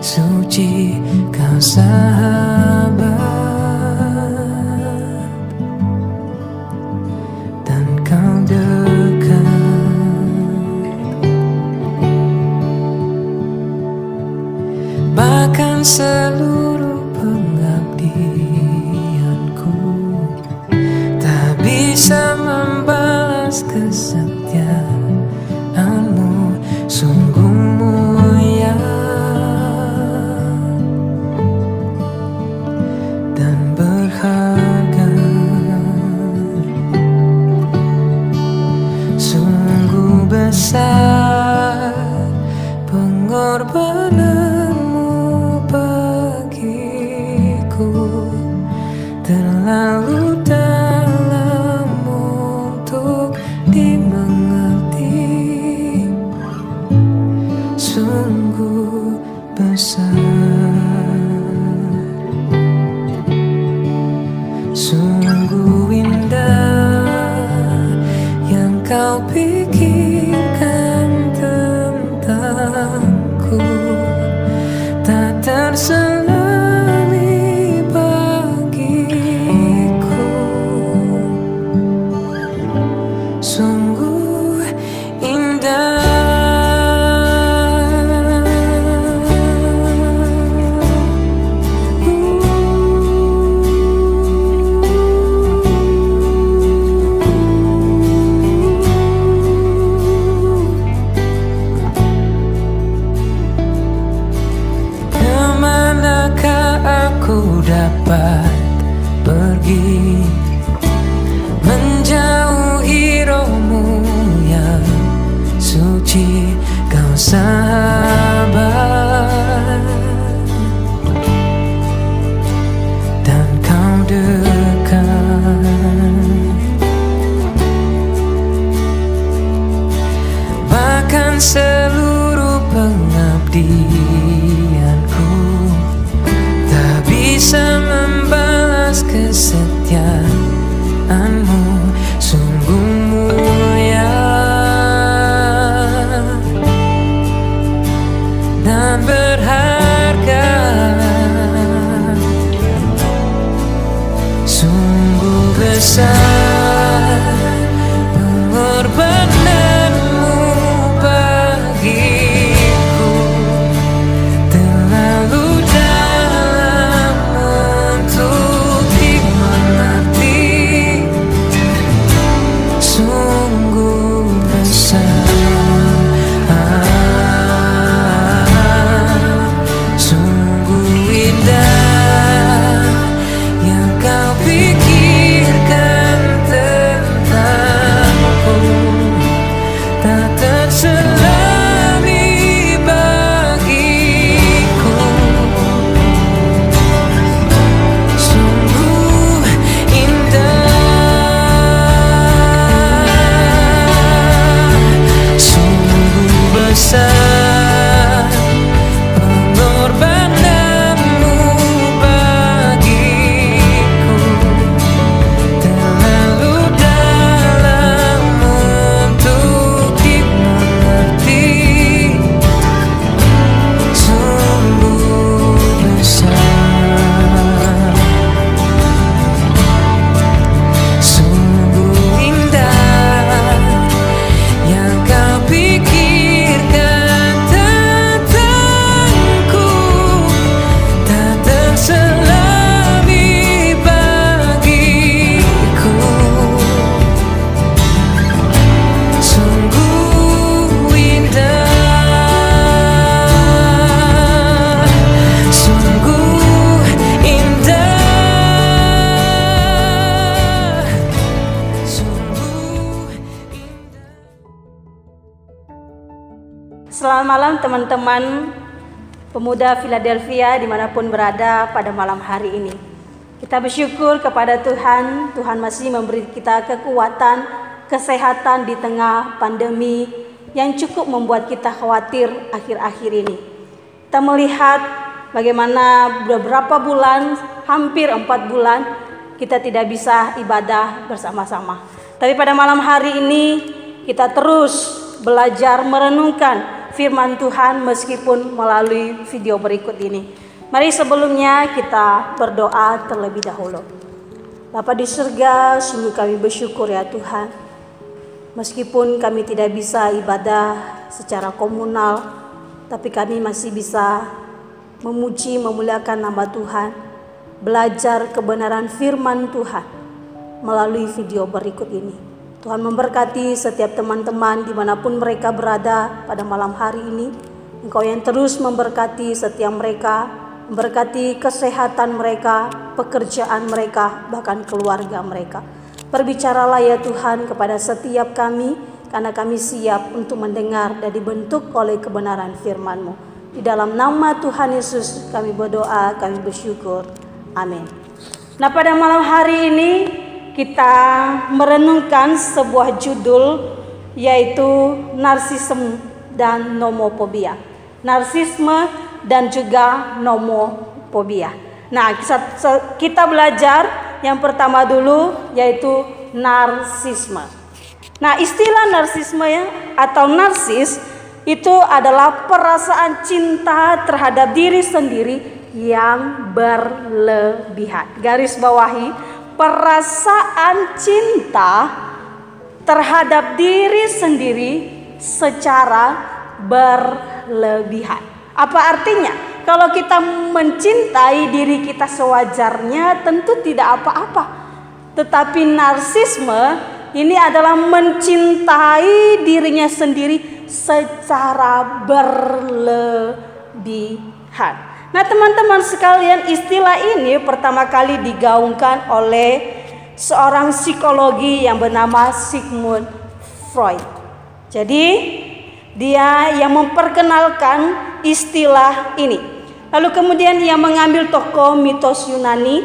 suci kau sahabat, dan kau dekat. Bahkan seluruh pengabdianku tak bisa membalas kesetiaanmu. Sungguh mulia dan berharga, sungguh besar pengorbananmu bagiku, terlalu dalam untuk dimengerti. Sungguh besar, sungguh indah yang kau pikirkan tentangku, tak terselami bagiku. Sungguh indah. Aku dapat pergi menjauhi rohmu yang suci kau sahabat, dan kau dekat. Bahkan seluruh pengabdianku bisa membalas kesetiaanmu. Sungguh mulia dan berharga, sungguh besar pengorbananmu bagiku, terlalu Selamat malam teman-teman pemuda Philadelphia dimanapun berada pada malam hari ini. Kita bersyukur kepada Tuhan, Tuhan masih memberi kita kekuatan, kesehatan di tengah pandemi yang cukup membuat kita khawatir akhir-akhir ini. Kita melihat bagaimana beberapa bulan, hampir 4 bulan, kita tidak bisa ibadah bersama-sama. Tapi pada malam hari ini kita terus belajar merenungkan firman Tuhan meskipun melalui video berikut ini. Mari sebelumnya kita berdoa terlebih dahulu. Bapa di surga, sungguh kami bersyukur ya Tuhan. Meskipun kami tidak bisa ibadah secara komunal, tapi kami masih bisa memuji, memuliakan nama Tuhan, belajar kebenaran firman Tuhan melalui video berikut ini. Tuhan memberkati setiap teman-teman dimanapun mereka berada pada malam hari ini. Engkau yang terus memberkati setiap mereka, memberkati kesehatan mereka, pekerjaan mereka, bahkan keluarga mereka. Berbicaralah ya Tuhan kepada setiap kami, karena kami siap untuk mendengar dan dibentuk oleh kebenaran firman-Mu. Di dalam nama Tuhan Yesus kami berdoa, kami bersyukur. Amin. Nah, pada malam hari ini kita merenungkan sebuah judul, yaitu narsisme dan nomofobia. Narsisme dan juga nomofobia. Nah, kita belajar yang pertama dulu, yaitu narsisme. Nah, istilah narsisme atau narsis itu adalah perasaan cinta terhadap diri sendiri yang berlebihan. Garis bawahi, perasaan cinta terhadap diri sendiri secara berlebihan. Apa artinya? Kalau kita mencintai diri kita sewajarnya, tentu tidak apa-apa. Tetapi narsisme ini adalah mencintai dirinya sendiri secara berlebihan. Nah, teman-teman sekalian, istilah ini pertama kali digaungkan oleh seorang psikologi yang bernama Sigmund Freud. Jadi, dia yang memperkenalkan istilah ini. Lalu kemudian ia mengambil tokoh mitos Yunani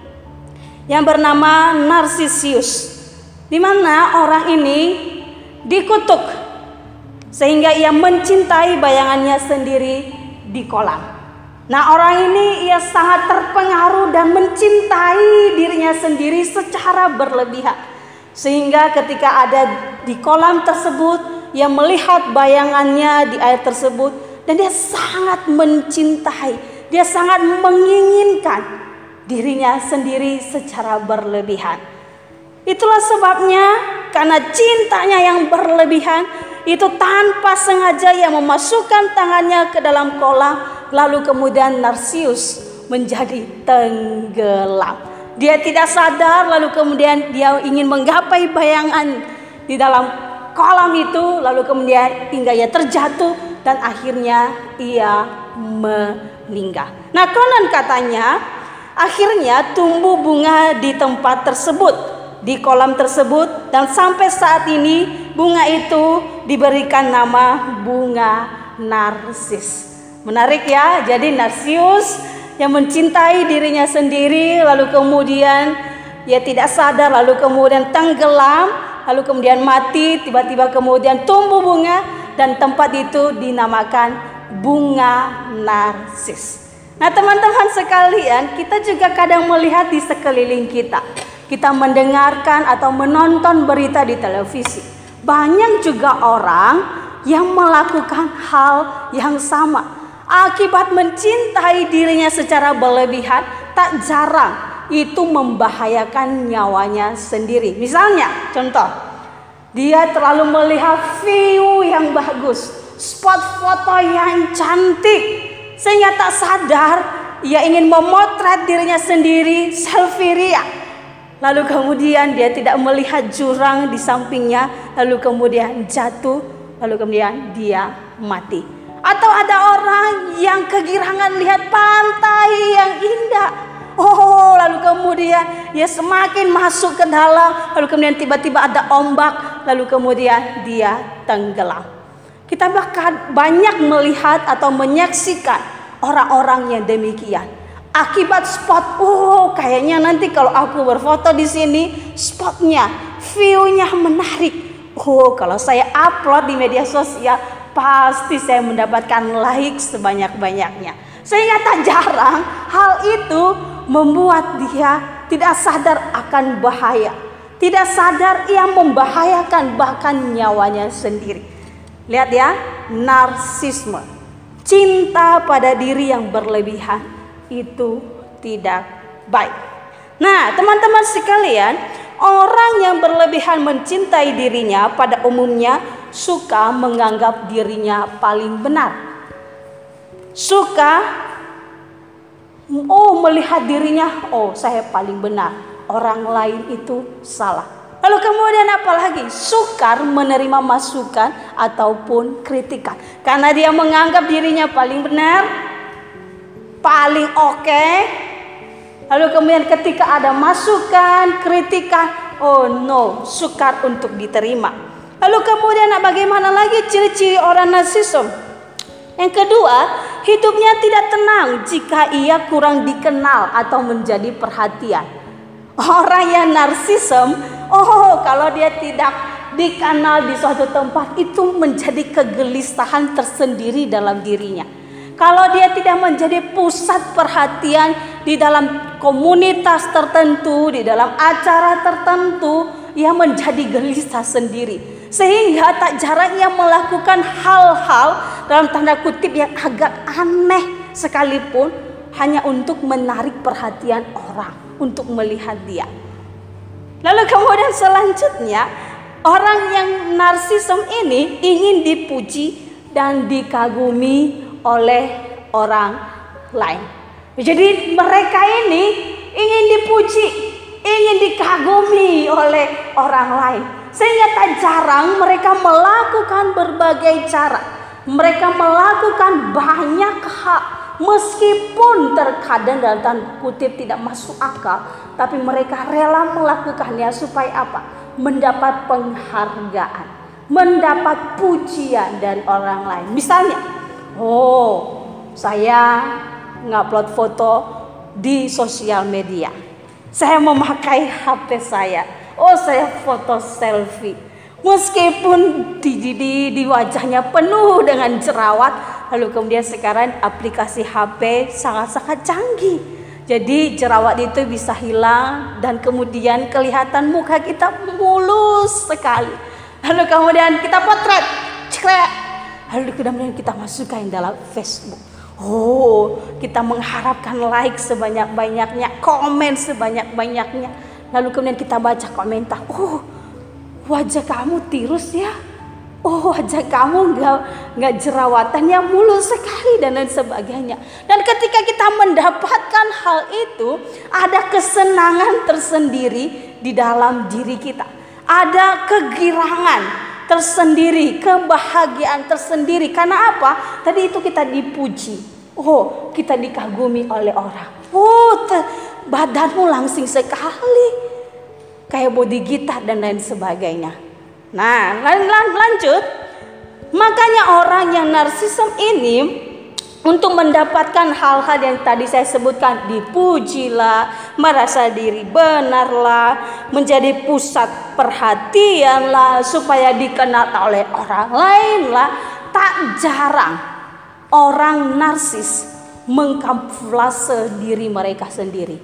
yang bernama Narcissus, di mana orang ini dikutuk sehingga ia mencintai bayangannya sendiri di kolam. Nah, orang ini ia sangat terpengaruh dan mencintai dirinya sendiri secara berlebihan, sehingga ketika ada di kolam tersebut, ia melihat bayangannya di air tersebut dan dia sangat mencintai, dia sangat menginginkan dirinya sendiri secara berlebihan. Itulah sebabnya karena cintanya yang berlebihan itu tanpa sengaja ia memasukkan tangannya ke dalam kolam, lalu kemudian Narsius menjadi tenggelam. Dia tidak sadar, lalu kemudian dia ingin menggapai bayangan di dalam kolam itu, lalu kemudian hingga ia terjatuh dan akhirnya ia meninggal. Nah, konon katanya akhirnya tumbuh bunga di tempat tersebut, di kolam tersebut, dan sampai saat ini bunga itu diberikan nama bunga narsis. Menarik ya, jadi Narsius yang mencintai dirinya sendiri, lalu kemudian ia tidak sadar, lalu kemudian tenggelam, lalu kemudian mati, tiba-tiba kemudian tumbuh bunga dan tempat itu dinamakan bunga narsis. Nah, teman-teman sekalian, kita juga kadang melihat di sekeliling kita. Kita mendengarkan atau menonton berita di televisi. Banyak juga orang yang melakukan hal yang sama. Akibat mencintai dirinya secara berlebihan, tak jarang itu membahayakan nyawanya sendiri. Misalnya, contoh, dia terlalu melihat view yang bagus, spot foto yang cantik, sehingga tak sadar ia ingin memotret dirinya sendiri, selfie ria. Lalu kemudian dia tidak melihat jurang di sampingnya, lalu kemudian jatuh, lalu kemudian dia mati. Atau ada orang yang kegirangan lihat pantai yang indah, lalu kemudian dia semakin masuk ke dalam, lalu kemudian tiba-tiba ada ombak, lalu kemudian dia tenggelam. Kita bahkan banyak melihat atau menyaksikan orang-orang yang demikian. Akibat spot, kayaknya nanti kalau aku berfoto di sini, spotnya, view-nya menarik. Kalau saya upload di media sosial, pasti saya mendapatkan like sebanyak-banyaknya. Sehingga tak jarang hal itu membuat dia tidak sadar akan bahaya. Tidak sadar ia membahayakan bahkan nyawanya sendiri. Lihat ya, narsisme. Cinta pada diri yang berlebihan itu tidak baik. Nah, teman-teman sekalian, orang yang berlebihan mencintai dirinya pada umumnya suka menganggap dirinya paling benar. Suka melihat dirinya, saya paling benar, orang lain itu salah. Lalu kemudian apalagi? Sukar menerima masukan ataupun kritikan. Karena dia menganggap dirinya paling benar, paling oke. Lalu kemudian ketika ada masukan, kritikan, sukar untuk diterima. Lalu kemudian bagaimana lagi ciri-ciri orang narsisme? Yang kedua, hidupnya tidak tenang jika ia kurang dikenal atau menjadi perhatian. Orang yang narsisme, kalau dia tidak dikenal di suatu tempat, itu menjadi kegelisahan tersendiri dalam dirinya. Kalau dia tidak menjadi pusat perhatian di dalam komunitas tertentu, di dalam acara tertentu, ia menjadi gelisah sendiri. Sehingga tak jarang ia melakukan hal-hal dalam tanda kutip yang agak aneh sekalipun, hanya untuk menarik perhatian orang, untuk melihat dia. Lalu kemudian selanjutnya, orang yang narsisme ini ingin dipuji dan dikagumi oleh orang lain. Jadi mereka ini ingin dipuji, ingin dikagumi oleh orang lain. Sehingga tak jarang mereka melakukan berbagai cara. Mereka melakukan banyak hal, meskipun terkadang dalam tanda kutip tidak masuk akal, tapi mereka rela melakukannya supaya apa? Mendapat penghargaan, mendapat pujian dari orang lain. Misalnya, saya ngupload foto di sosial media, saya memakai HP saya, saya foto selfie, meskipun di wajahnya penuh dengan jerawat. Lalu kemudian sekarang aplikasi HP sangat-sangat canggih, jadi jerawat itu bisa hilang dan kemudian kelihatan muka kita mulus sekali. Lalu kemudian kita potret, lalu kemudian kita masukkan dalam Facebook. Kita mengharapkan like sebanyak-banyaknya, komen sebanyak-banyaknya. Lalu kemudian kita baca komentar, wajah kamu tirus ya, wajah kamu nggak jerawatannya mulus sekali, dan lain sebagainya. Dan ketika kita mendapatkan hal itu, ada kesenangan tersendiri di dalam diri kita, ada kegirangan tersendiri, kebahagiaan tersendiri. Karena apa? Tadi itu kita dipuji, kita dikagumi oleh orang. Badanmu langsing sekali, kayak body gitar dan lain sebagainya. Nah, lanjut. Makanya orang yang narsisme ini, untuk mendapatkan hal-hal yang tadi saya sebutkan, dipujilah, merasa diri benarlah, menjadi pusat perhatianlah, supaya dikenal oleh orang lain lah. Tak jarang orang narsis mengkamuflase diri mereka sendiri,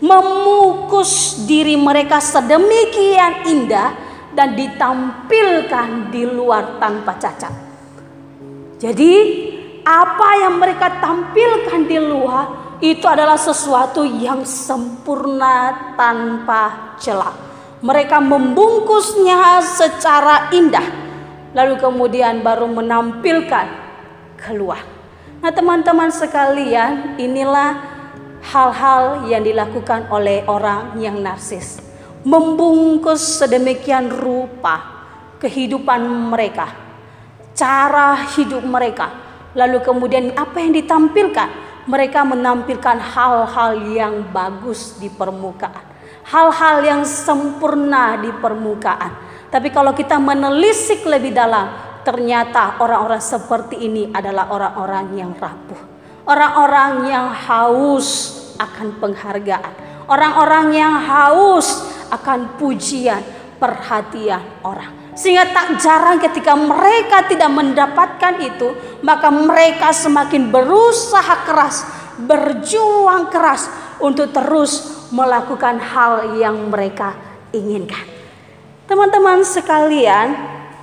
memukus diri mereka sedemikian indah dan ditampilkan di luar tanpa cacat. Jadi apa yang mereka tampilkan di luar itu adalah sesuatu yang sempurna tanpa celah. Mereka membungkusnya secara indah, lalu kemudian baru menampilkan keluar. Nah, teman-teman sekalian, inilah hal-hal yang dilakukan oleh orang yang narsis. Membungkus sedemikian rupa kehidupan mereka, cara hidup mereka. Lalu kemudian apa yang ditampilkan? Mereka menampilkan hal-hal yang bagus di permukaan, hal-hal yang sempurna di permukaan. Tapi kalau kita menelisik lebih dalam, ternyata orang-orang seperti ini adalah orang-orang yang rapuh, orang-orang yang haus akan penghargaan, orang-orang yang haus akan pujian, perhatian orang. Sehingga tak jarang ketika mereka tidak mendapatkan itu, maka mereka semakin berusaha keras, berjuang keras untuk terus melakukan hal yang mereka inginkan. Teman-teman sekalian,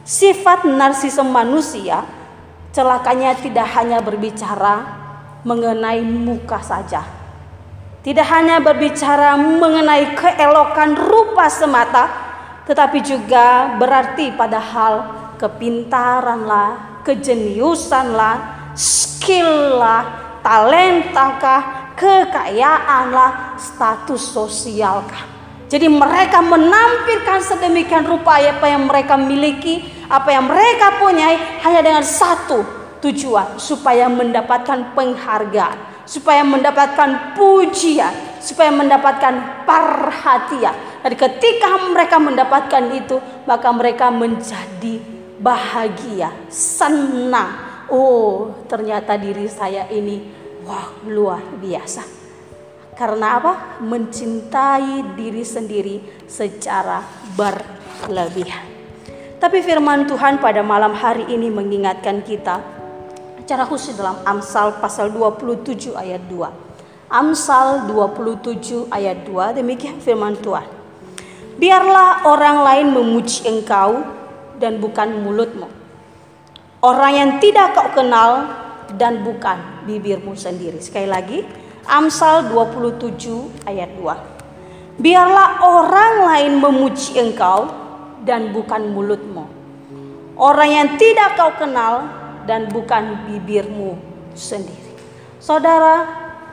Sifat narsisme manusia celakanya tidak hanya berbicara mengenai muka saja. Tidak hanya berbicara mengenai keelokan rupa semata, tetapi juga berarti pada hal kepintaran lah, kejeniusan lah, skill lah, talenta kah, kekayaan lah, status sosial kah. Jadi mereka menampilkan sedemikian rupa apa yang mereka miliki, apa yang mereka punyai hanya dengan satu tujuan, supaya mendapatkan penghargaan, supaya mendapatkan pujian, supaya mendapatkan perhatian. Dan ketika mereka mendapatkan itu, maka mereka menjadi bahagia, senang. Oh, ternyata diri saya ini luar biasa. Karena apa? Mencintai diri sendiri secara berlebihan. Tapi firman Tuhan pada malam hari ini mengingatkan kita secara khusus dalam Amsal pasal 27 ayat 2. Amsal 27 ayat 2, demikian firman Tuhan. Biarlah orang lain memuji engkau dan bukan mulutmu. Orang yang tidak kau kenal dan bukan bibirmu sendiri. Sekali lagi, Amsal 27 ayat 2. Biarlah orang lain memuji engkau dan bukan mulutmu. Orang yang tidak kau kenal dan bukan bibirmu sendiri. Saudara,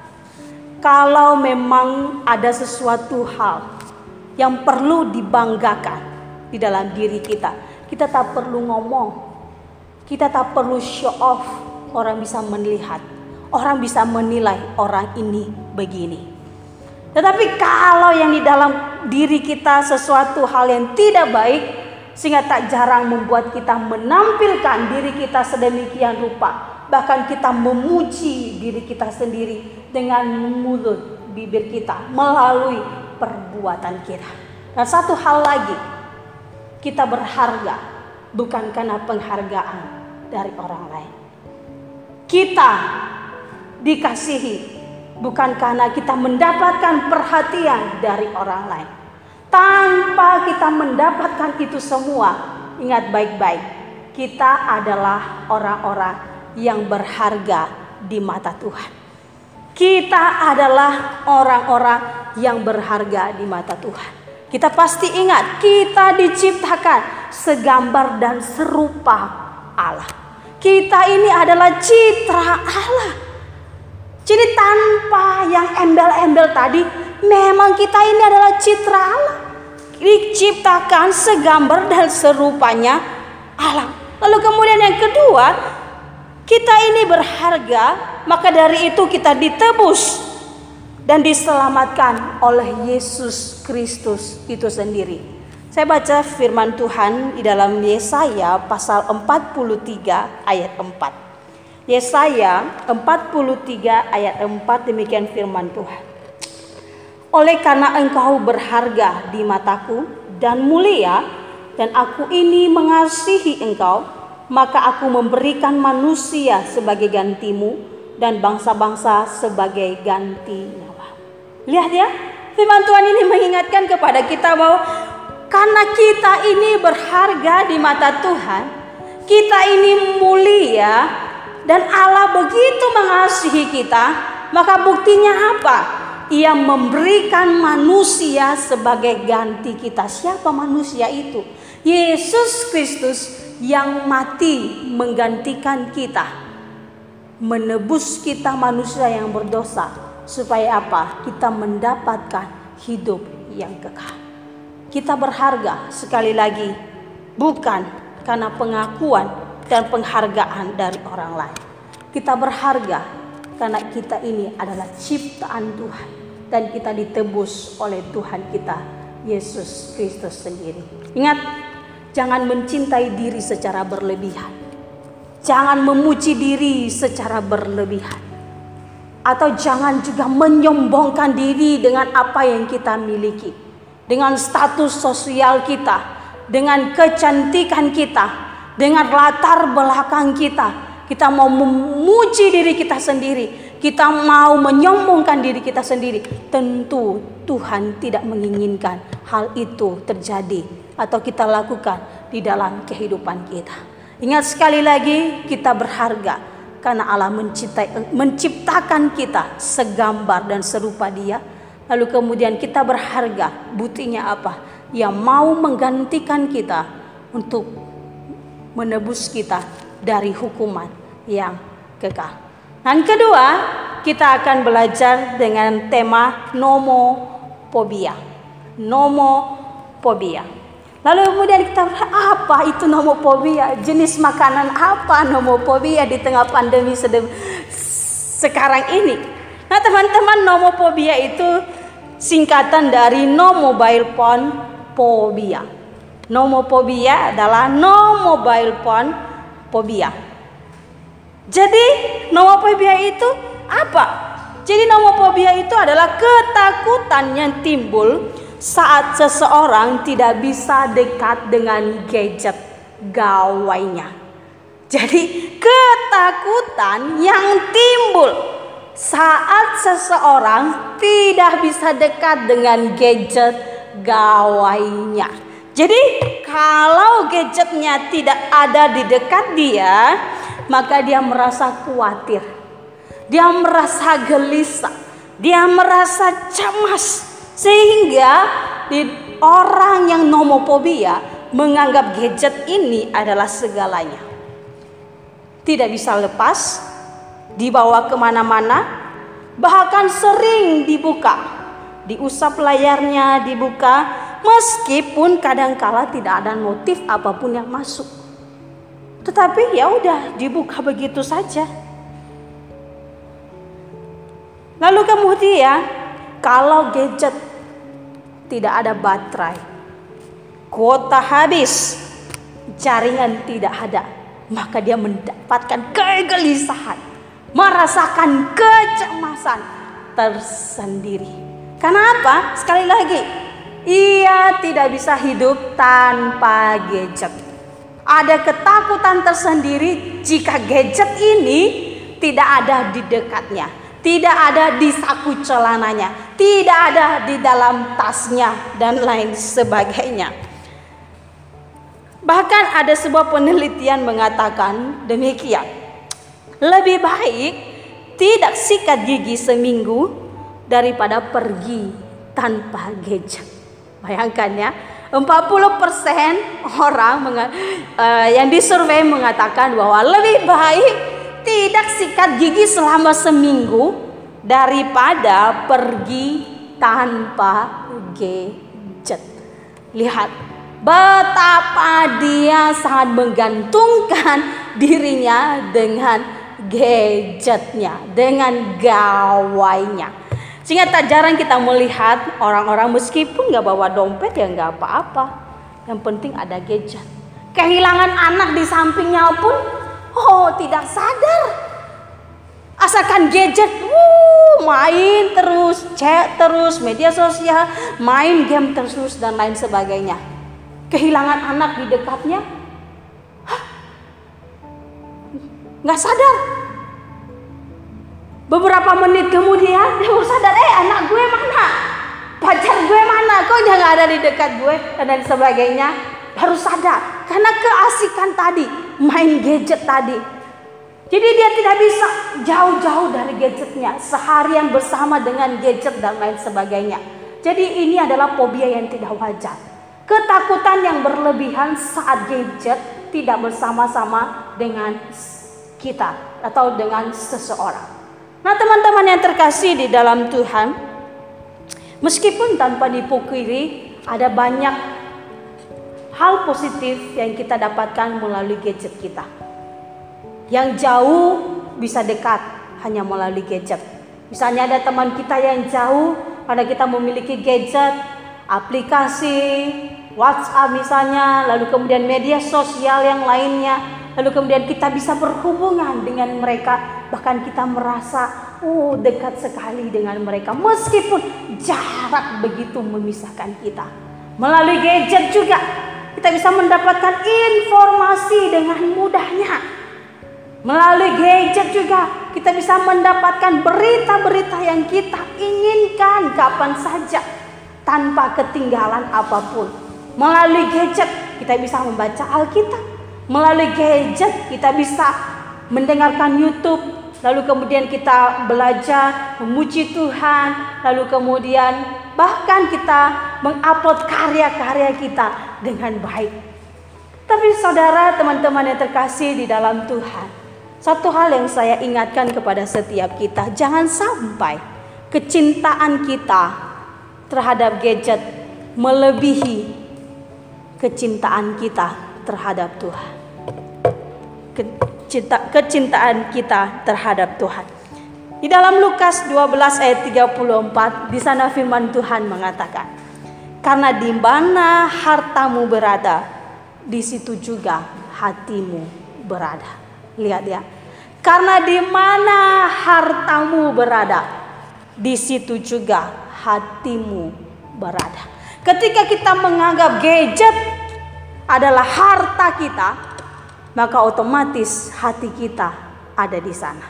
kalau memang ada sesuatu hal yang perlu dibanggakan di dalam diri kita, kita tak perlu ngomong, kita tak perlu show off. Orang bisa melihat, orang bisa menilai orang ini begini. Tetapi kalau yang di dalam diri kita sesuatu hal yang tidak baik, sehingga tak jarang membuat kita menampilkan diri kita sedemikian rupa, bahkan kita memuji diri kita sendiri dengan mulut bibir kita melalui perbuatan kita. Dan satu hal lagi, kita berharga bukan karena penghargaan dari orang lain. Kita dikasihi bukan karena kita mendapatkan perhatian dari orang lain. Tanpa kita mendapatkan itu semua, ingat baik-baik, kita adalah orang-orang yang berharga di mata Tuhan. Kita adalah orang-orang yang berharga di mata Tuhan. Kita pasti ingat, kita diciptakan segambar dan serupa Allah. Kita ini adalah citra Allah. Jadi tanpa yang embel-embel tadi, memang kita ini adalah citra Allah. Diciptakan segambar dan serupanya Allah. Lalu kemudian yang kedua, kita ini berharga, maka dari itu kita ditebus dan diselamatkan oleh Yesus Kristus itu sendiri. Saya baca firman Tuhan di dalam Yesaya pasal 43 ayat 4. Yesaya 43 ayat 4, demikian firman Tuhan. Oleh karena engkau berharga di mataku dan mulia, dan aku ini mengasihi engkau, maka aku memberikan manusia sebagai gantimu dan bangsa-bangsa sebagai ganti nyawa. Lihat ya, firman Tuhan ini mengingatkan kepada kita bahwa karena kita ini berharga di mata Tuhan, kita ini mulia, dan Allah begitu mengasihi kita, maka buktinya apa? Ia memberikan manusia sebagai ganti kita. Siapa manusia itu? Yesus Kristus yang mati menggantikan kita, menebus kita manusia yang berdosa, supaya apa? Kita mendapatkan hidup yang kekal. Kita berharga, sekali lagi, bukan karena pengakuan dan penghargaan dari orang lain. Kita berharga karena kita ini adalah ciptaan Tuhan, dan kita ditebus oleh Tuhan kita, Yesus Kristus sendiri. Ingat, jangan mencintai diri secara berlebihan. Jangan memuji diri secara berlebihan. Atau jangan juga menyombongkan diri dengan apa yang kita miliki. Dengan status sosial kita, dengan kecantikan kita, dengan latar belakang kita. Kita mau memuji diri kita sendiri, kita mau menyombongkan diri kita sendiri. Tentu Tuhan tidak menginginkan hal itu terjadi atau kita lakukan di dalam kehidupan kita. Ingat sekali lagi, kita berharga karena Allah menciptakan kita segambar dan serupa Dia. Lalu kemudian kita berharga, buktinya apa? Yang mau menggantikan kita untuk menebus kita dari hukuman yang kekal. Dan kedua, kita akan belajar dengan tema nomophobia. Nomophobia. Lalu kemudian kita apa itu nomophobia? Jenis makanan apa nomophobia di tengah pandemi sekarang ini? Nah teman-teman, nomophobia itu singkatan dari no mobile phone phobia. Nomophobia adalah no mobile phone phobia. Jadi nomophobia itu apa? Jadi nomophobia itu adalah ketakutan yang timbul saat seseorang tidak bisa dekat dengan gadget gawainya. Jadi ketakutan yang timbul saat seseorang tidak bisa dekat dengan gadget gawainya. Jadi kalau gadgetnya tidak ada di dekat dia, maka dia merasa khawatir, dia merasa gelisah, dia merasa cemas. Sehingga orang yang nomophobia menganggap gadget ini adalah segalanya. Tidak bisa lepas, dibawa kemana-mana, bahkan sering dibuka, diusap layarnya, dibuka, meskipun kadangkala tidak ada motif apapun yang masuk. Tetapi ya udah dibuka begitu saja. Lalu kemudian kalau gadget tidak ada baterai, kuota habis, jaringan tidak ada, maka dia mendapatkan kegelisahan, merasakan kecemasan tersendiri. Kenapa? Sekali lagi, ia tidak bisa hidup tanpa gadget. Ada ketakutan tersendiri jika gadget ini tidak ada di dekatnya, tidak ada di saku celananya, tidak ada di dalam tasnya, dan lain sebagainya. Bahkan ada sebuah penelitian mengatakan demikian. Lebih baik tidak sikat gigi seminggu daripada pergi tanpa gadget. Bayangkan ya, 40% orang yang disurvei mengatakan bahwa lebih baik tidak sikat gigi selama seminggu daripada pergi tanpa gadget. Lihat betapa dia sangat menggantungkan dirinya dengan gadgetnya, dengan gawainya. Sehingga tak jarang kita melihat orang-orang meskipun gak bawa dompet ya gak apa-apa, yang penting ada gadget. Kehilangan anak di sampingnya pun tidak sadar. Asalkan gadget, main terus, chat terus, media sosial, main game terus, dan lain sebagainya. Kehilangan anak di dekatnya, gak sadar. Beberapa menit kemudian dia baru sadar, anak gue mana? Pacar gue mana? Kok dia gak ada di dekat gue? Dan lain sebagainya. Baru sadar karena keasikan tadi, main gadget tadi. Jadi dia tidak bisa jauh-jauh dari gadgetnya, seharian bersama dengan gadget dan lain sebagainya. Jadi ini adalah fobia yang tidak wajar. Ketakutan yang berlebihan saat gadget tidak bersama-sama dengan kita atau dengan seseorang. Nah teman-teman yang terkasih di dalam Tuhan, meskipun tanpa dipungkiri ada banyak hal positif yang kita dapatkan melalui gadget kita. Yang jauh bisa dekat hanya melalui gadget. Misalnya ada teman kita yang jauh, karena kita memiliki gadget, aplikasi, WhatsApp misalnya, lalu kemudian media sosial yang lainnya, lalu kemudian kita bisa berhubungan dengan mereka, bahkan kita merasa dekat sekali dengan mereka meskipun jarak begitu memisahkan kita. Melalui gadget juga kita bisa mendapatkan informasi dengan mudahnya. Melalui gadget juga kita bisa mendapatkan berita-berita yang kita inginkan kapan saja tanpa ketinggalan apapun. Melalui gadget kita bisa membaca Alkitab. Melalui gadget kita bisa mendengarkan YouTube. Lalu kemudian kita belajar memuji Tuhan. Lalu kemudian bahkan kita mengupload karya-karya kita dengan baik. Tapi saudara, teman-teman yang terkasih di dalam Tuhan, satu hal yang saya ingatkan kepada setiap kita, jangan sampai kecintaan kita terhadap gadget melebihi kecintaan kita terhadap Tuhan. Kecintaan kita terhadap Tuhan. Di dalam Lukas 12 ayat 34, di sana firman Tuhan mengatakan, karena di mana hartamu berada, di situ juga hatimu berada. Lihat ya. Karena di mana hartamu berada, di situ juga hatimu berada. Ketika kita menganggap gadget adalah harta kita, maka otomatis hati kita ada di sana.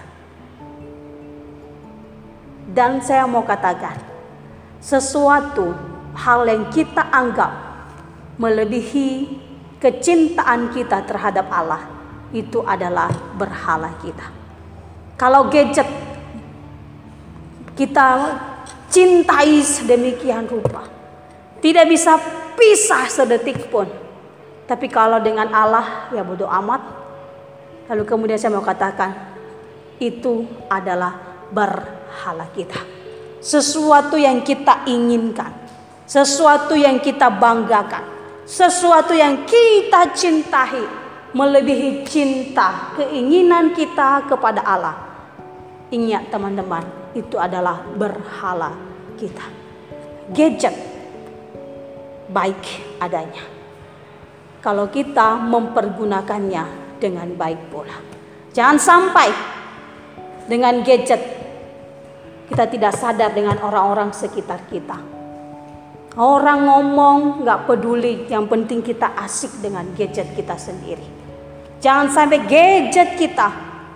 Dan saya mau katakan, sesuatu hal yang kita anggap melebihi kecintaan kita terhadap Allah, itu adalah berhala kita. Kalau gadget kita cintai sedemikian rupa, tidak bisa pisah sedetik pun. Tapi kalau dengan Allah, ya bodoh amat. Lalu kemudian saya mau katakan, itu adalah berhala kita. Sesuatu yang kita inginkan, sesuatu yang kita banggakan, sesuatu yang kita cintai, melebihi cinta, keinginan kita kepada Allah. Ingat teman-teman, itu adalah berhala kita. Gadget baik adanya kalau kita mempergunakannya dengan baik pula. Jangan sampai dengan gadget kita tidak sadar dengan orang-orang sekitar kita. Orang ngomong gak peduli, yang penting kita asik dengan gadget kita sendiri. Jangan sampai gadget kita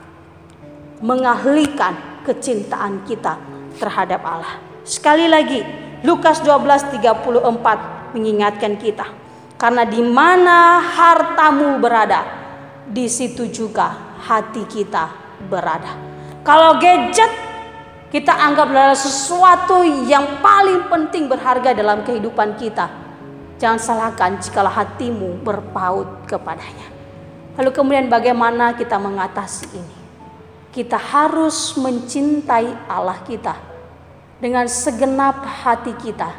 mengalihkan kecintaan kita terhadap Allah. Sekali lagi, Lukas 12:34 mengingatkan kita, karena di mana hartamu berada, di situ juga hati kita berada. Kalau gadget kita anggap adalah sesuatu yang paling penting berharga dalam kehidupan kita, jangan salahkan jikalau hatimu berpaut kepadanya. Lalu kemudian bagaimana kita mengatasi ini? Kita harus mencintai Allah kita dengan segenap hati kita,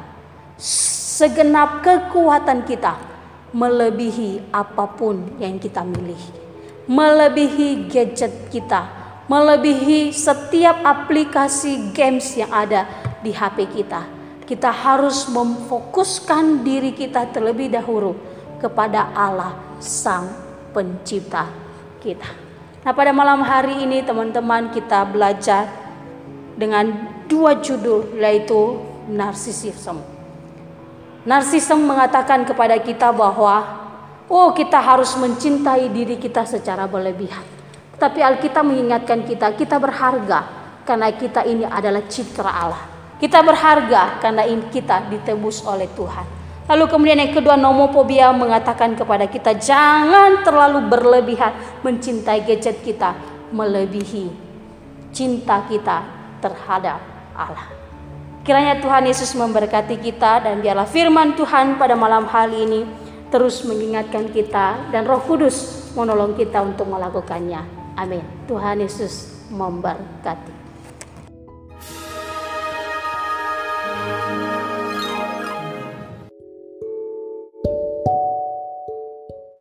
segenap kekuatan kita, melebihi apapun yang kita miliki, melebihi gadget kita, melebihi setiap aplikasi games yang ada di HP kita. Kita harus memfokuskan diri kita terlebih dahulu kepada Allah Sang Pencipta kita. Nah, pada malam hari ini teman-teman, kita belajar dengan dua judul, yaitu narsisisme. Narsisisme mengatakan kepada kita bahwa kita harus mencintai diri kita secara berlebihan. Tapi Alkitab mengingatkan kita, kita berharga karena kita ini adalah citra Allah. Kita berharga karena kita ditebus oleh Tuhan. Lalu kemudian yang kedua, nomofobia mengatakan kepada kita, jangan terlalu berlebihan mencintai gadget kita melebihi cinta kita terhadap Allah. Kiranya Tuhan Yesus memberkati kita, dan biarlah firman Tuhan pada malam hari ini terus mengingatkan kita, dan Roh Kudus menolong kita untuk melakukannya. Amin. Tuhan Yesus memberkati.